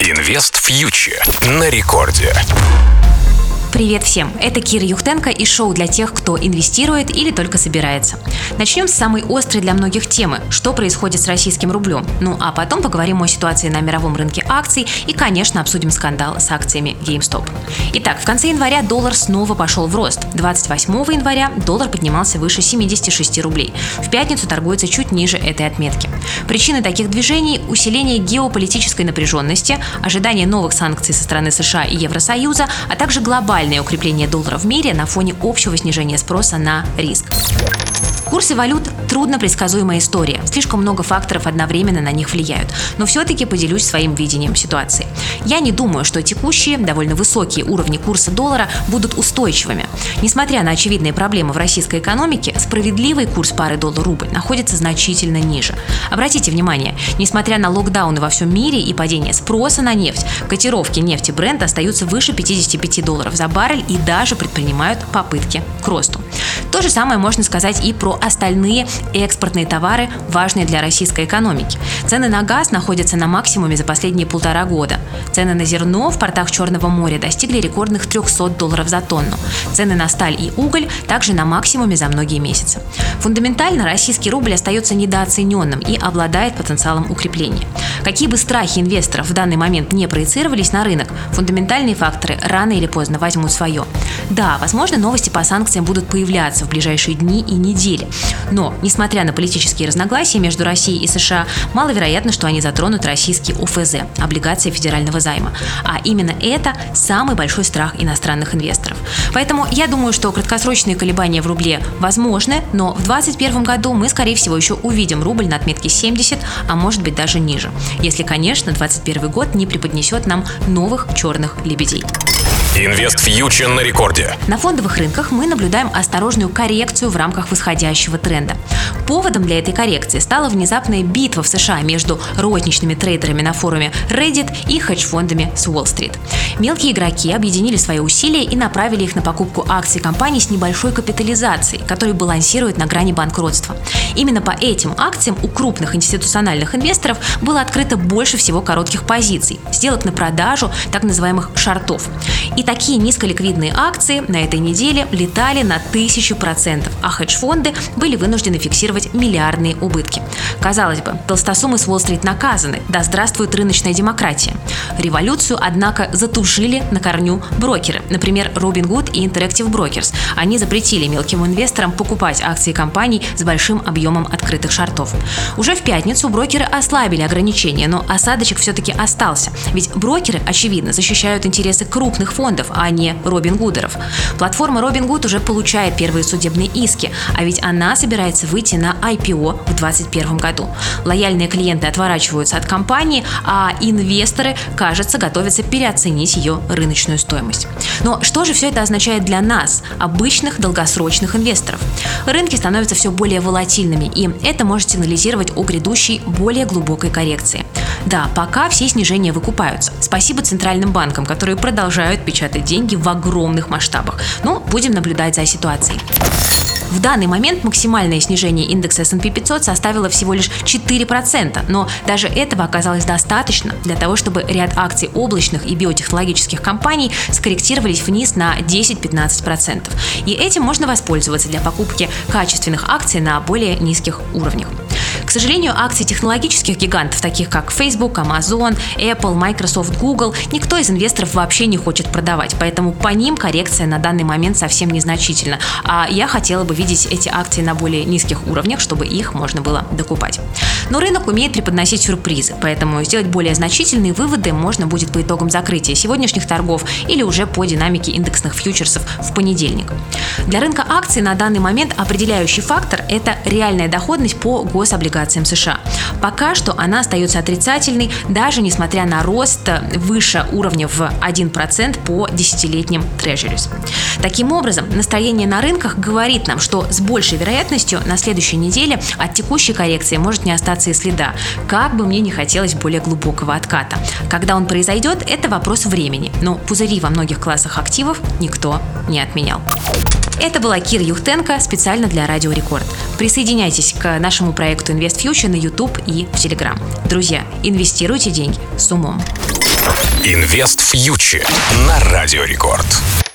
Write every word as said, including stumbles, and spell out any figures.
Инвест Фьючер на рекорде. Привет всем! Это Кира Юхтенко и шоу для тех, кто инвестирует или только собирается. Начнем с самой острой для многих темы – что происходит с российским рублем. Ну а потом поговорим о ситуации на мировом рынке акций и, конечно, обсудим скандал с акциями GameStop. Итак, в конце января доллар снова пошел в рост. двадцать восьмого января доллар поднимался выше семидесяти шести рублей. В пятницу торгуется чуть ниже этой отметки. Причины таких движений – усиление геополитической напряженности, ожидание новых санкций со стороны США и Евросоюза, а также глобальное укрепление доллара в мире на фоне общего снижения спроса на риск. Курсы валют – трудно предсказуемая история. Слишком много факторов одновременно на них влияют. Но все-таки поделюсь своим видением ситуации. Я не думаю, что текущие, довольно высокие уровни курса доллара будут устойчивыми. Несмотря на очевидные проблемы в российской экономике, справедливый курс пары доллар-рубль находится значительно ниже. Обратите внимание, несмотря на локдауны во всем мире и падение спроса на нефть, котировки нефти Brent остаются выше пятидесяти пяти долларов за баррель и даже предпринимают попытки к росту. То же самое можно сказать и про остальные экспортные товары, важные для российской экономики. Цены на газ находятся на максимуме за последние полтора года. Цены на зерно в портах Черного моря достигли рекордных трехсот долларов за тонну. Цены на сталь и уголь также на максимуме за многие месяцы. Фундаментально российский рубль остается недооцененным и обладает потенциалом укрепления. Какие бы страхи инвесторов в данный момент не проецировались на рынок, фундаментальные факторы рано или поздно возьмут свое. Да, возможно, новости по санкциям будут появляться в ближайшие дни и недели. Но, несмотря на политические разногласия между Россией и США, маловероятно, что они затронут российский О Ф З – облигации федерального займа. А именно это самый большой страх иностранных инвесторов. Поэтому я думаю, что краткосрочные колебания в рубле возможны, но в две тысячи двадцать первом году мы, скорее всего, еще увидим рубль на отметке семьдесят, а может быть даже ниже. Если, конечно, двадцать первый год не преподнесет нам новых черных лебедей. Инвест Фьючер на рекорде. На фондовых рынках мы наблюдаем осторожную коррекцию в рамках восходящего тренда. Поводом для этой коррекции стала внезапная битва в США между розничными трейдерами на форуме Reddit и хедж-фондами с Уолл-стрит. Мелкие игроки объединили свои усилия и направили их на покупку акций компаний с небольшой капитализацией, которые балансируют на грани банкротства. Именно по этим акциям у крупных институциональных инвесторов было открыто больше всего коротких позиций, сделок на продажу так называемых шортов. И такие низколиквидные акции на этой неделе летали на тысячу процентов, а хедж-фонды были вынуждены фиксировать миллиардные убытки. Казалось бы, толстосумы с Уолл-стрит наказаны, да здравствует рыночная демократия. Революцию, однако, затушили на корню брокеры, например, Robinhood и Interactive Brokers. Они запретили мелким инвесторам покупать акции компаний с большим объемом открытых шортов. Уже в пятницу брокеры ослабили ограничения, но осадочек все-таки остался, ведь брокеры, очевидно, защищают интересы крупных фондов, а не Робингудеров. Платформа Robinhood уже получает первые судебные иски, а ведь она собирается выйти на ай пи о в две тысячи двадцать первом году. Лояльные клиенты отворачиваются от компании, а инвесторы, кажется, готовятся переоценить ее рыночную стоимость. Но что же все это означает для нас, обычных долгосрочных инвесторов? Рынки становятся все более волатильными, и это может сигнализировать о грядущей более глубокой коррекции. Да, пока все снижения выкупаются. Спасибо центральным банкам, которые продолжают печатать деньги в огромных масштабах. Но будем наблюдать за ситуацией. В данный момент максимальное снижение индекса эс энд пи пятьсот составило всего лишь четыре процента, но даже этого оказалось достаточно для того, чтобы ряд акций облачных и биотехнологических компаний скорректировались вниз на десять-пятнадцать процентов. И этим можно воспользоваться для покупки качественных акций на более низких уровнях. К сожалению, акции технологических гигантов, таких как Facebook, Amazon, Apple, Microsoft, Google, никто из инвесторов вообще не хочет продавать, поэтому по ним коррекция на данный момент совсем незначительна. А я хотела бы видеть эти акции на более низких уровнях, чтобы их можно было докупать. Но рынок умеет преподносить сюрпризы, поэтому сделать более значительные выводы можно будет по итогам закрытия сегодняшних торгов или уже по динамике индексных фьючерсов в понедельник. Для рынка акций на данный момент определяющий фактор – это реальная доходность по гособлигациям США. Пока что она остается отрицательной, даже несмотря на рост выше уровня в один процент по десятилетним трежерис. Таким образом, настроение на рынках говорит нам, что с большей вероятностью на следующей неделе от текущей коррекции может не остаться и следа, как бы мне не хотелось более глубокого отката. Когда он произойдет, это вопрос времени, но пузыри во многих классах активов никто не отменял. Это была Кира Юхтенко специально для Радио Рекорд. Присоединяйтесь к нашему проекту Инвест Фьючер на YouTube и в Telegram. Друзья, инвестируйте деньги с умом. Инвест Фьючер на Радио Рекорд.